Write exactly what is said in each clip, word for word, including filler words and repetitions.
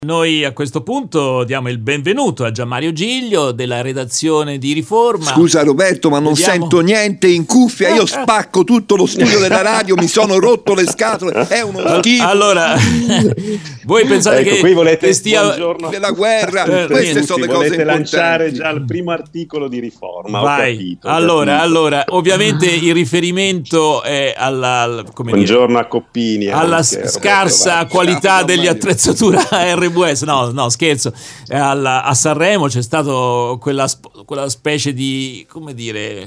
Noi a questo punto diamo il benvenuto a Gianmario Giglio della redazione di Riforma. Scusa Roberto, ma non Vediamo. sento niente in cuffia, io spacco tutto lo studio della radio, mi sono rotto le scatole, è uno schifo. Allora, voi pensate ecco, che, qui volete, che stia buongiorno. Della guerra, Eh, queste niente, sono le volete cose lanciare importanti. già il primo articolo di Riforma. Vai. Ho capito, ho allora, capito. allora, ovviamente il riferimento è alla, al- come Buongiorno a Coppini. alla anche, s- Roberto scarsa Vacchi. qualità Ciao, degli Mario. attrezzatura R W S. No, no, scherzo. Eh, alla- a Sanremo c'è stato quella, sp- quella specie di, come dire,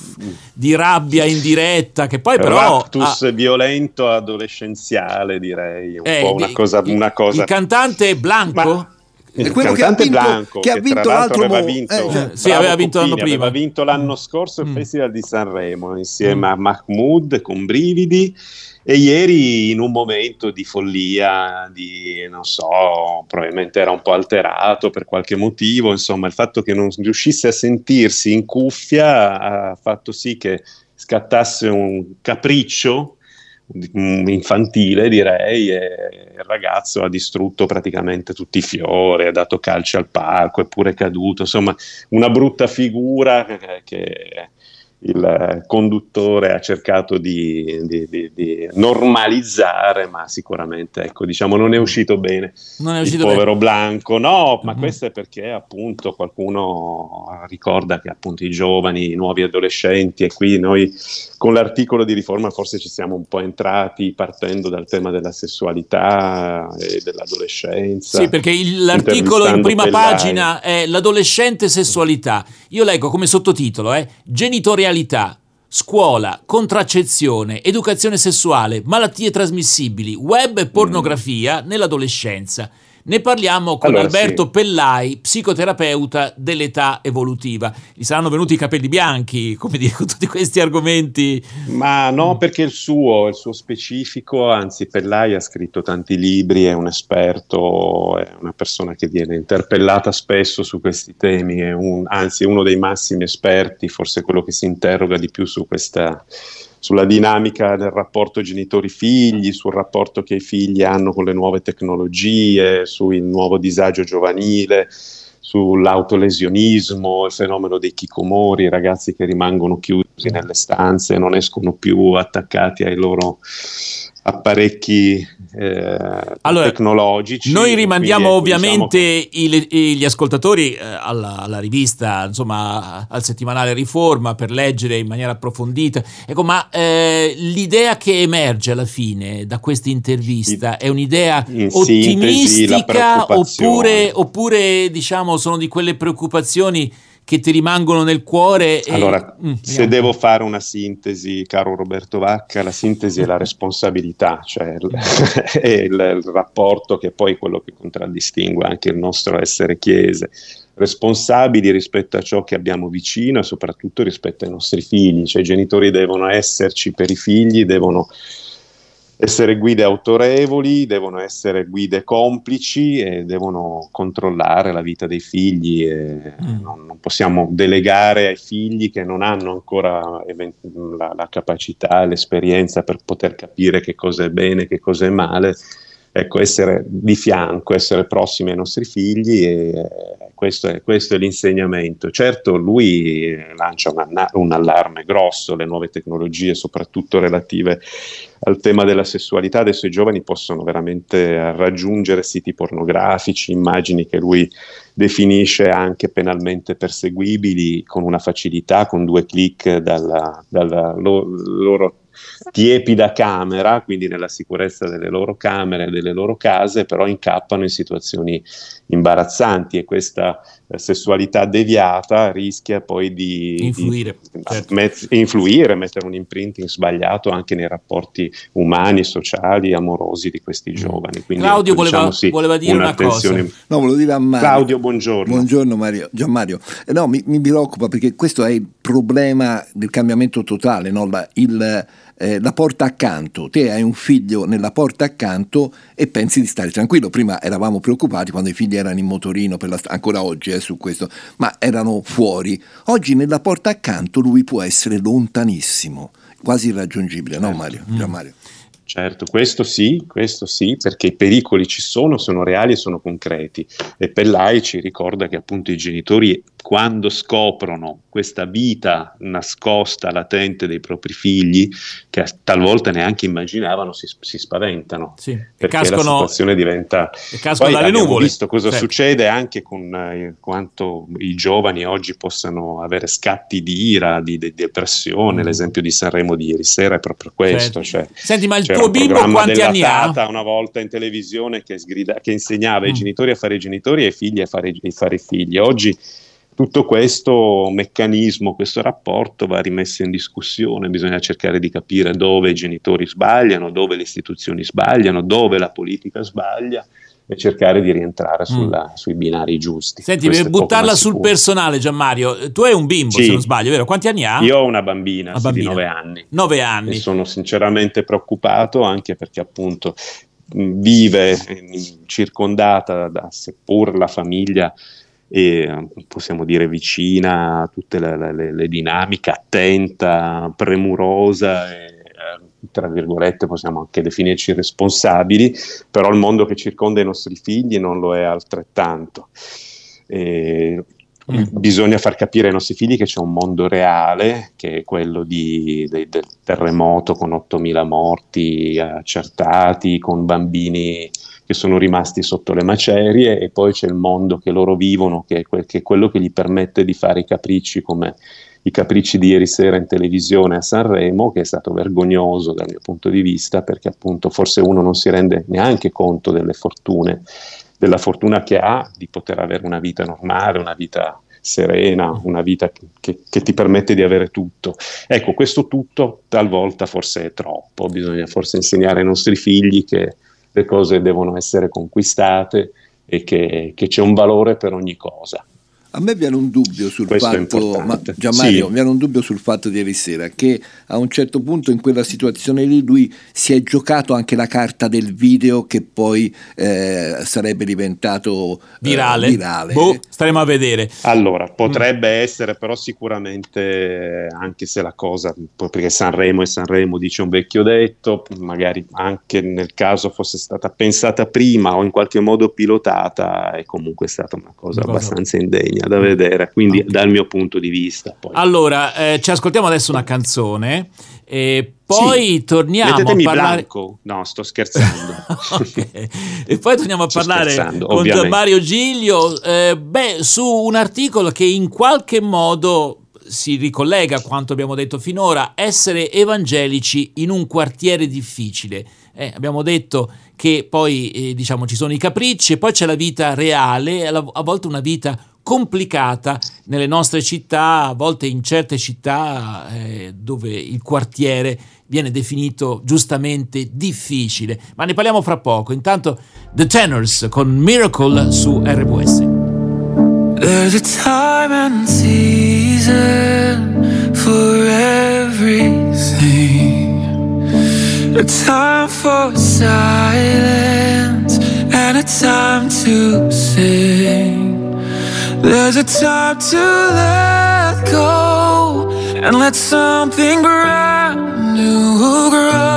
di rabbia in diretta che poi però Raptus ha- violento adolescenziale, direi, un eh, po' una di- cosa, il, una cosa. il cantante Blanco. Ma- È Il quello che ha cantante vinto- Blanco, che ha tra vinto l'altro l'altro aveva mo- vinto, eh, cioè, bravo sì, aveva vinto l'anno Coppini, prima. aveva vinto l'anno scorso il Mm. Festival di Sanremo insieme a Mahmood con Brividi, e ieri in un momento di follia, di non so, probabilmente era un po' alterato per qualche motivo, insomma il fatto che non riuscisse a sentirsi in cuffia ha fatto sì che scattasse un capriccio infantile, direi, e il ragazzo ha distrutto praticamente tutti i fiori, ha dato calci al palco, è pure caduto, insomma una brutta figura che, che il conduttore ha cercato di, di, di, di normalizzare, ma sicuramente, ecco, diciamo, non è uscito bene. Non è Il uscito povero bene. Blanco, no, ma Mhm. questo è perché appunto qualcuno ricorda che appunto i giovani, i nuovi adolescenti, e qui noi con l'articolo di Riforma forse ci siamo un po' entrati partendo dal tema della sessualità e dell'adolescenza. Sì, perché il- l'articolo in intervistando prima Pellai. pagina è l'adolescente sessualità. Io leggo come sottotitolo, eh, genitorialità, scuola, contraccezione, educazione sessuale, malattie trasmissibili, web e pornografia nell'adolescenza. Ne parliamo con Allora, Alberto sì. Pellai, psicoterapeuta dell'età evolutiva. Gli saranno venuti i capelli bianchi, come dire, con tutti questi argomenti. Ma no, perché il suo, il suo specifico, anzi Pellai ha scritto tanti libri, è un esperto, è una persona che viene interpellata spesso su questi temi, è un, anzi uno dei massimi esperti, forse quello che si interroga di più su questa, sulla dinamica del rapporto genitori-figli, sul rapporto che i figli hanno con le nuove tecnologie, sul nuovo disagio giovanile, sull'autolesionismo, il fenomeno dei hikikomori, i ragazzi che rimangono chiusi nelle stanze, non escono più, attaccati ai loro apparecchi eh, Allora, tecnologici. Noi rimandiamo Quindi, ecco, ovviamente diciamo che- i- i- gli ascoltatori eh, alla, alla rivista, insomma, al settimanale Riforma per leggere in maniera approfondita. Ecco, ma eh, l'idea che emerge alla fine da questa intervista è un'idea in sintesi, la ottimistica preoccupazione. oppure, oppure diciamo sono di quelle preoccupazioni che ti rimangono nel cuore? E... Allora, Mm, se vediamo. devo fare una sintesi, caro Roberto Vacca, la sintesi è la responsabilità, cioè il, è il, il rapporto che è poi quello che contraddistingue anche il nostro essere chiese, responsabili rispetto a ciò che abbiamo vicino e soprattutto rispetto ai nostri figli, cioè i genitori devono esserci per i figli, devono essere guide autorevoli, devono essere guide complici e devono controllare la vita dei figli e Mm. non, non possiamo delegare ai figli che non hanno ancora event- la, la capacità, l'esperienza per poter capire che cosa è bene, che cosa è male. Ecco, essere di fianco, essere prossimi ai nostri figli, e eh, questo, è, questo è l'insegnamento. Certo, lui lancia un, anna- un allarme grosso, le nuove tecnologie, soprattutto relative al tema della sessualità. Adesso i giovani possono veramente raggiungere siti pornografici, immagini che lui definisce anche penalmente perseguibili, con una facilità, con due clic dalla, dalla lo- loro tiepida camera, quindi nella sicurezza delle loro camere e delle loro case, però incappano in situazioni imbarazzanti, e questa eh, sessualità deviata rischia poi di Influire, di, certo. met- influire, mettere un imprinting sbagliato anche nei rapporti umani, sociali, amorosi di questi giovani. Quindi, Claudio ecco, voleva, diciamo, sì, voleva dire una cosa. un'attenzione- No, volevo dire a Mario. Claudio, buongiorno. Buongiorno Mario, Gianmario. Eh, No, mi, mi preoccupa perché questo è il problema del cambiamento totale, no? La, il, eh, la porta accanto. Te hai un figlio nella porta accanto e pensi di stare tranquillo. Prima eravamo preoccupati quando i figli erano in motorino, per la, ancora oggi eh, su questo, ma erano fuori. Oggi nella porta accanto lui può essere lontanissimo, quasi irraggiungibile, no Mario? Mm. Gianmario. certo, questo sì, questo sì, perché i pericoli ci sono, sono reali e sono concreti. E Pellai ci ricorda che appunto i genitori, quando scoprono questa vita nascosta, latente dei propri figli, che talvolta neanche immaginavano, si, si spaventano, sì, perché cascano, la situazione diventa... E cascano Poi dalle abbiamo nuvole. visto cosa certo. succede anche con eh, quanto i giovani oggi possano avere scatti di ira, di, di depressione. Mm. L'esempio di Sanremo di ieri sera è proprio questo. Certo. Cioè, Senti, ma il tuo bimbo quanti anni ha? Una volta in televisione che, sgrida, che insegnava mm. ai genitori a fare i genitori e ai figli a fare, a fare i figli. Oggi tutto questo meccanismo, questo rapporto va rimesso in discussione, bisogna cercare di capire dove i genitori sbagliano, dove le istituzioni sbagliano, dove la politica sbaglia e cercare di rientrare sulla, mm. sui binari giusti. Senti, per buttarla sul personale, Gianmario, tu hai un bimbo, sì. se non sbaglio, vero? Quanti anni ha? Io ho una bambina, una sì, bambina. di nove anni. Nove anni. E sono sinceramente preoccupato, anche perché appunto vive circondata da, seppur la famiglia, e possiamo dire vicina a tutte le, le, le dinamiche, attenta, premurosa e tra virgolette possiamo anche definirci responsabili, però il mondo che circonda i nostri figli non lo è altrettanto. E mm. bisogna far capire ai nostri figli che c'è un mondo reale, che è quello di, de, del terremoto con ottomila morti accertati, con bambini che sono rimasti sotto le macerie, e poi c'è il mondo che loro vivono, che è, que- che è quello che gli permette di fare i capricci come i capricci di ieri sera in televisione a Sanremo, che è stato vergognoso dal mio punto di vista, perché appunto forse uno non si rende neanche conto delle fortune, della fortuna che ha di poter avere una vita normale, una vita serena, una vita che, che ti permette di avere tutto. Ecco, questo tutto talvolta forse è troppo, bisogna forse insegnare ai nostri figli che le cose devono essere conquistate e che, che c'è un valore per ogni cosa. A me viene un dubbio sul Questo fatto, ma Gianmario, sì. viene un dubbio sul fatto di ieri sera, che a un certo punto in quella situazione lì lui si è giocato anche la carta del video che poi eh, sarebbe diventato virale. Eh, virale. Boh, staremo a vedere. Allora, potrebbe mm. essere, però sicuramente, anche se la cosa, perché Sanremo e Sanremo dice un vecchio detto, magari anche nel caso fosse stata pensata prima o in qualche modo pilotata, è comunque stata una cosa, cosa abbastanza indegna da vedere, quindi okay. dal mio punto di vista. Poi. Allora, eh, ci ascoltiamo adesso una canzone e poi sì. torniamo Mettetemi a parlare... Blanco. No, sto scherzando. okay. E poi torniamo a sto parlare con Gianmario Giglio eh, beh, su un articolo che in qualche modo si ricollega a quanto abbiamo detto finora, essere evangelici in un quartiere difficile. Eh, abbiamo detto che poi eh, diciamo ci sono i capricci e poi c'è la vita reale, a volte una vita complicata nelle nostre città, a volte in certe città eh, dove il quartiere viene definito giustamente difficile, ma ne parliamo fra poco. Intanto The Tenors con Miracle su R W S. There's a time and season for everything, a time for silence and a time to sing. There's a time to let go and let something brand new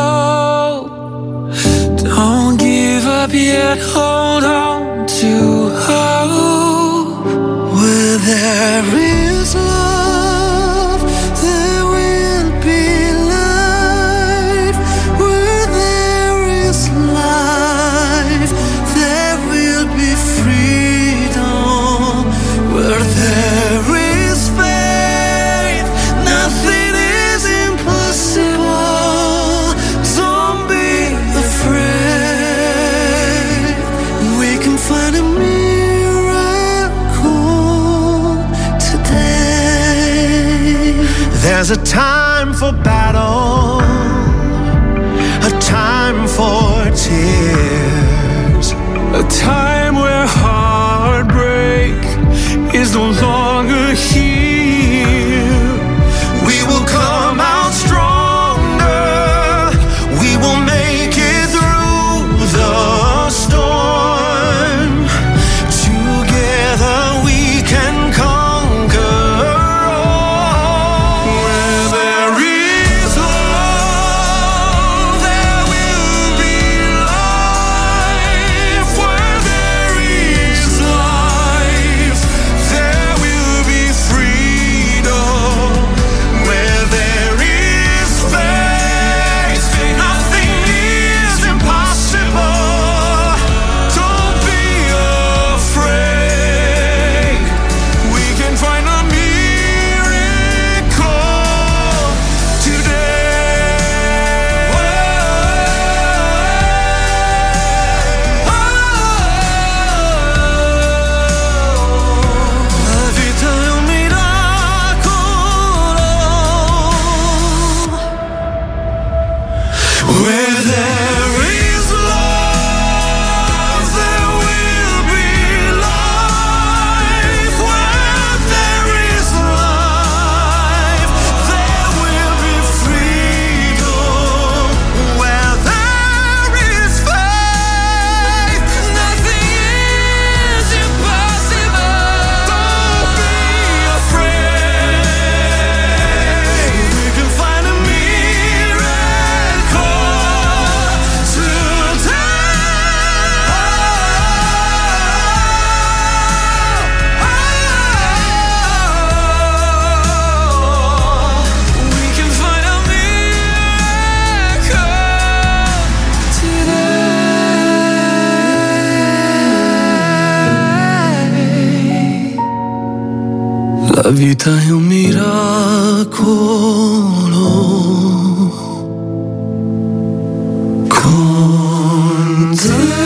grow. Don't give up yet, hold on to hope. Where there is love, there will be life. Where there is life, there will be freedom. Where there is faith, nothing is impossible. Don't be afraid. We can find a miracle today. There's a time for battle, a time for tears, a time where heartbreak is no longer here. We will come out stronger. We will make it through the storm. Together we can conquer all. Where there is love, there will La vita è un miracolo. Con te.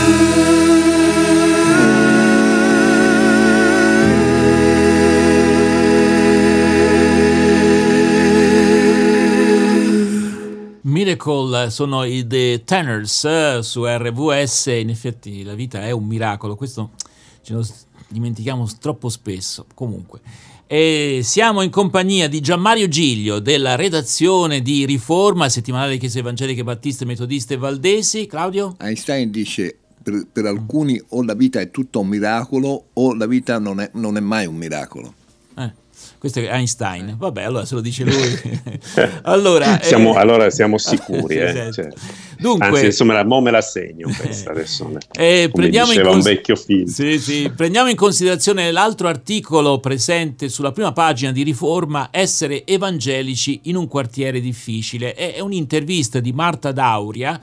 Miracle sono i The Tenors eh, su R V S. In effetti la vita è un miracolo, questo ce lo dimentichiamo troppo spesso. Comunque, e siamo in compagnia di Gianmario Giglio della redazione di Riforma, settimanale di Chiese Evangeliche Battiste, Metodiste e Valdesi. Claudio? Einstein dice per, per alcuni o la vita è tutto un miracolo o la vita non è, non è mai un miracolo. Eh. Questo è Einstein, vabbè, allora se lo dice lui. allora, siamo, eh, allora siamo sicuri. Eh, esatto. cioè. Dunque, anzi, insomma, mo me la segno questa adesso. Eh, come prendiamo diceva in cons- un vecchio film. Sì, sì. Prendiamo in considerazione l'altro articolo presente sulla prima pagina di Riforma, Essere evangelici in un quartiere difficile. È, è un'intervista di Marta Dauria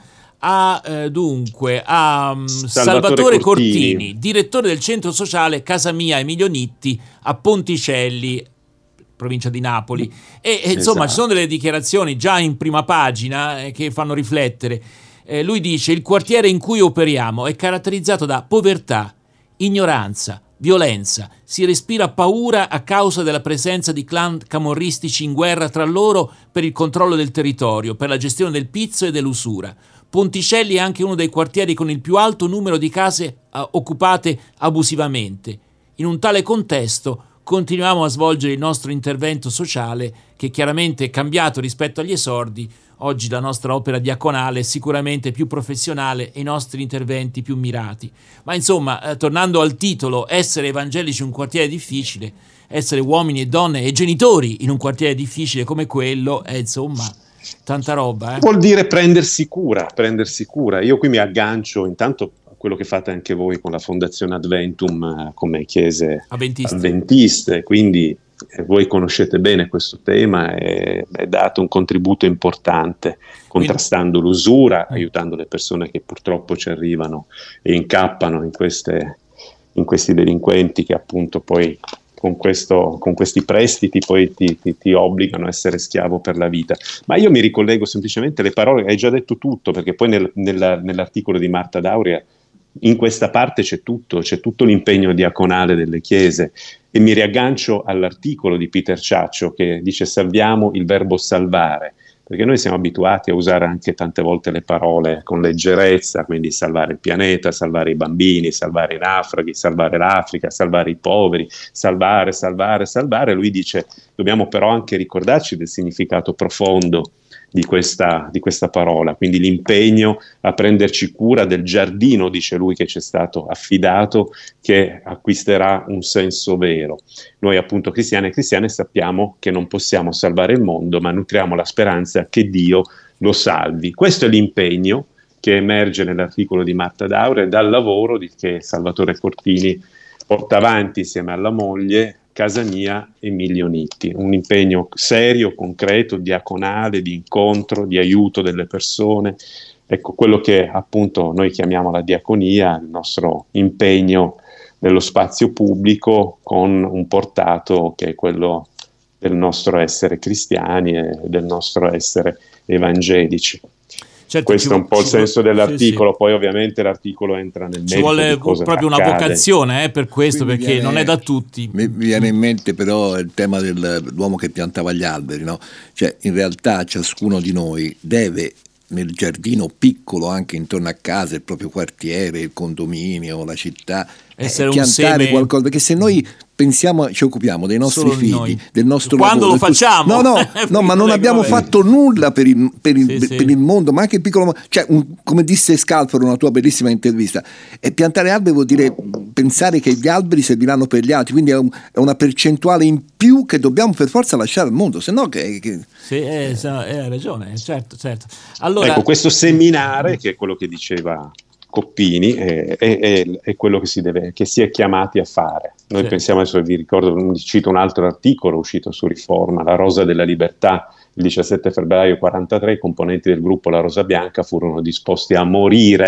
a eh, dunque a um, Salvatore, Salvatore Cortini. Cortini, direttore del centro sociale Casa Mia Emilio Nitti a Ponticelli, provincia di Napoli, e, e insomma esatto. Ci sono delle dichiarazioni già in prima pagina eh, che fanno riflettere. Eh, lui dice: il quartiere in cui operiamo è caratterizzato da povertà, ignoranza, violenza, si respira paura a causa della presenza di clan camorristici in guerra tra loro per il controllo del territorio, per la gestione del pizzo e dell'usura. Ponticelli è anche uno dei quartieri con il più alto numero di case eh, occupate abusivamente. In un tale contesto continuiamo a svolgere il nostro intervento sociale, che chiaramente è cambiato rispetto agli esordi. Oggi la nostra opera diaconale è sicuramente più professionale e i nostri interventi più mirati. Ma insomma, eh, tornando al titolo, essere evangelici in un quartiere difficile, essere uomini e donne e genitori in un quartiere difficile come quello, è insomma tanta roba. Eh? Vuol dire prendersi cura, prendersi cura. Io qui mi aggancio intanto quello che fate anche voi con la Fondazione Adventum eh, come chiese Adventiste, Adventiste. Quindi eh, voi conoscete bene questo tema e è dato un contributo importante contrastando quindi l'usura, eh. aiutando le persone che purtroppo ci arrivano e incappano in, queste, in questi delinquenti che appunto poi con, questo, con questi prestiti poi ti, ti, ti obbligano a essere schiavo per la vita. Ma io mi ricollego semplicemente alle parole, hai già detto tutto, perché poi nel, nella, nell'articolo di Marta Dauria in questa parte c'è tutto, c'è tutto l'impegno diaconale delle chiese, e mi riaggancio all'articolo di Peter Ciaccio che dice: salviamo il verbo salvare, perché noi siamo abituati a usare anche tante volte le parole con leggerezza, quindi salvare il pianeta, salvare i bambini, salvare i naufraghi, salvare l'Africa, salvare i poveri, salvare, salvare, salvare. Lui dice: dobbiamo però anche ricordarci del significato profondo di questa, di questa parola, quindi l'impegno a prenderci cura del giardino, dice lui, che ci è stato affidato, che acquisterà un senso vero. Noi appunto cristiani e cristiane sappiamo che non possiamo salvare il mondo, ma nutriamo la speranza che Dio lo salvi. Questo è l'impegno che emerge nell'articolo di Marta Dauria e dal lavoro di, che Salvatore Cortini porta avanti insieme alla moglie, Casa Mia Emilio Nitti, un impegno serio, concreto, diaconale, di incontro, di aiuto delle persone. Ecco, quello che appunto noi chiamiamo la diaconia, il nostro impegno nello spazio pubblico con un portato che è quello del nostro essere cristiani e del nostro essere evangelici. Certo, questo è un po' il senso vuole, dell'articolo, sì, sì. Poi ovviamente l'articolo entra nel merito. Ci vuole di cosa proprio accade. Una vocazione eh, per questo, Quindi perché viene, non è da tutti. Mi, mi viene in mente però il tema dell'uomo che piantava gli alberi, no? Cioè in realtà ciascuno di noi deve, nel giardino piccolo anche intorno a casa, il proprio quartiere, il condominio, la città, essere eh, un piantare seme... qualcosa, perché se noi pensiamo, ci occupiamo dei nostri Solo figli, noi. del nostro Quando lavoro, lo facciamo? No, no, no, ma non abbiamo fatto nulla per il, per il, sì, sì. per il mondo, ma anche il piccolo, cioè un, come disse Scalfaro in una tua bellissima intervista, e piantare alberi vuol dire pensare che gli alberi serviranno per gli altri, quindi è, un, è una percentuale in più che dobbiamo per forza lasciare al mondo, se no che... che... Sì, eh, hai ragione, certo, certo. Allora... Ecco, questo seminare, che è quello che diceva Coppini, è, è, è, è quello che si, deve, che si è chiamati a fare. Noi sì. pensiamo, adesso vi ricordo, cito un altro articolo uscito su Riforma, La Rosa della Libertà, il diciassette febbraio quarantatré, i componenti del gruppo La Rosa Bianca furono disposti a morire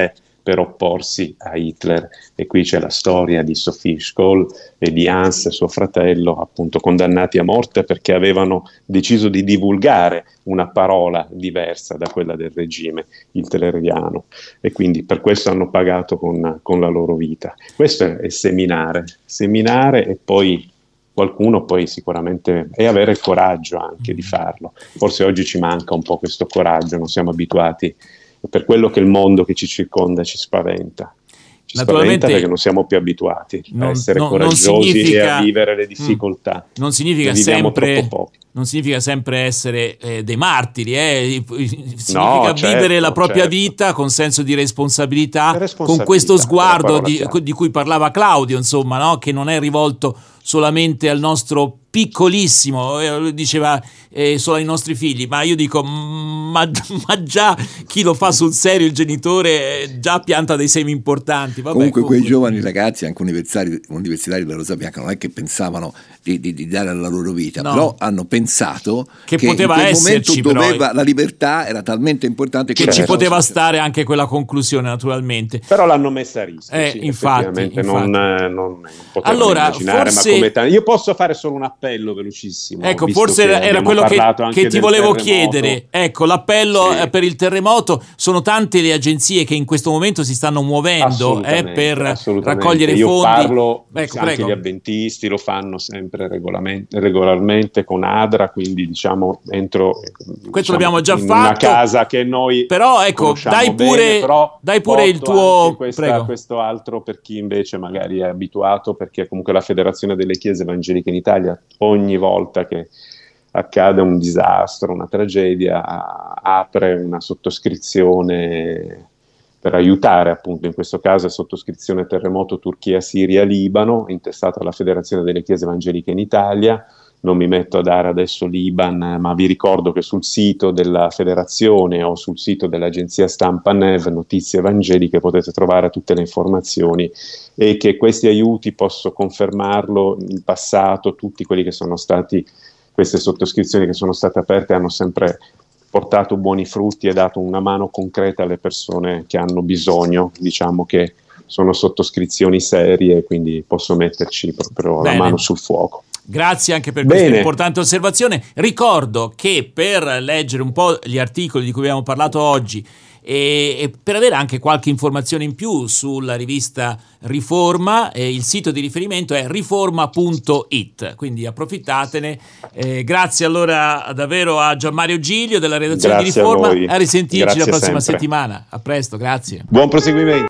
per opporsi a Hitler. E qui c'è la storia di Sophie Scholl e di Hans, suo fratello, appunto condannati a morte perché avevano deciso di divulgare una parola diversa da quella del regime hitleriano, e quindi per questo hanno pagato con, con la loro vita. Questo è, è seminare, seminare e poi qualcuno poi sicuramente, e avere il coraggio anche di farlo. Forse oggi ci manca un po' questo coraggio, non siamo abituati, per quello che il mondo che ci circonda ci spaventa. Ci spaventa perché non siamo più abituati non, a essere non, coraggiosi non significa, e a vivere le difficoltà. Non significa ne viviamo sempre troppo poco. Non significa sempre essere eh, dei martiri, eh. significa no, vivere certo, la propria certo. vita con senso di responsabilità, responsabilità con questo sguardo di, chiave. di cui parlava Claudio, insomma, no? Che non è rivolto solamente al nostro piccolissimo, eh, diceva eh, solo ai nostri figli, ma io dico, ma, ma già chi lo fa sul serio, il genitore, eh, già pianta dei semi importanti. Vabbè, comunque, comunque quei giovani ragazzi, anche universitari, universitari della Rosa Bianca, non è che pensavano di, di, di dare la loro vita, no. però hanno pensato che, che poteva in quel esserci, momento doveva, però, la libertà era talmente importante che che ci poteva succedere. stare anche quella conclusione, naturalmente. Però l'hanno messa a rischio, eh, sì, infatti, infatti. Non, non, non potevano allora, immaginare, forse... ma come t- io posso fare solo un appello velocissimo. Ecco, forse era, era quello che, che ti volevo terremoto. chiedere. Ecco, l'appello sì. per il terremoto. Sono tante le agenzie che in questo momento si stanno muovendo eh, per raccogliere io fondi. Parlo, ecco, anche prego. Gli avventisti lo fanno sempre regolarmente con ADRA, quindi diciamo entro questo diciamo, l'abbiamo già in fatto. Una casa che noi però ecco, dai pure, bene, però dai pure il tuo questa, prego. questo altro per chi invece magari è abituato, perché comunque la Federazione delle Chiese Evangeliche in Italia ogni volta che accade un disastro, una tragedia, apre una sottoscrizione per aiutare, appunto in questo caso è sottoscrizione terremoto Turchia, Siria, Libano, intestata alla Federazione delle Chiese Evangeliche in Italia. Non mi metto a dare adesso l'I B A N, ma vi ricordo che sul sito della Federazione o sul sito dell'agenzia stampa N E V, Notizie Evangeliche, potete trovare tutte le informazioni, e che questi aiuti, posso confermarlo, in passato tutti quelli che sono stati, queste sottoscrizioni che sono state aperte hanno sempre portato buoni frutti e dato una mano concreta alle persone che hanno bisogno. Diciamo che sono sottoscrizioni serie, quindi posso metterci proprio Bene. la mano sul fuoco. Grazie anche per Bene. questa importante osservazione. Ricordo che per leggere un po' gli articoli di cui abbiamo parlato oggi e, e per avere anche qualche informazione in più sulla rivista Riforma, eh, il sito di riferimento è riforma punto it, quindi approfittatene. Eh, grazie allora davvero a Gianmario Giglio della redazione grazie di Riforma, a, voi. a risentirci grazie la prossima sempre. settimana. A presto, grazie. Buon proseguimento.